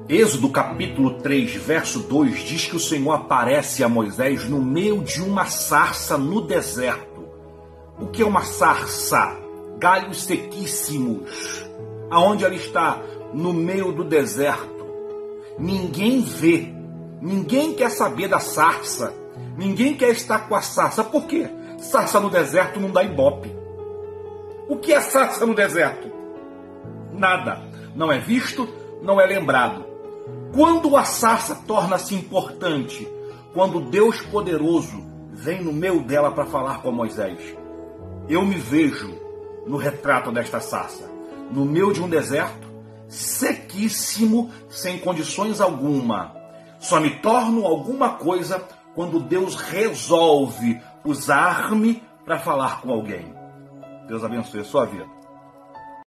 Êxodo capítulo 3, verso 2 diz que o Senhor aparece a Moisés no meio de uma sarça no deserto. O que é uma sarça? Galhos sequíssimos. Aonde ela está? No meio do deserto. Ninguém vê. Ninguém quer saber da sarça. Ninguém quer estar com a sarça. Por quê? Sarça no deserto não dá ibope. O que é sarça no deserto? Nada. Não é visto, não é lembrado. Quando a sarça torna-se importante? Quando Deus poderoso vem no meio dela para falar com Moisés. Eu me vejo no retrato desta sarça, no meio de um deserto, sequíssimo, sem condições alguma. Só me torno alguma coisa quando Deus resolve usar-me para falar com alguém. Deus abençoe a sua vida.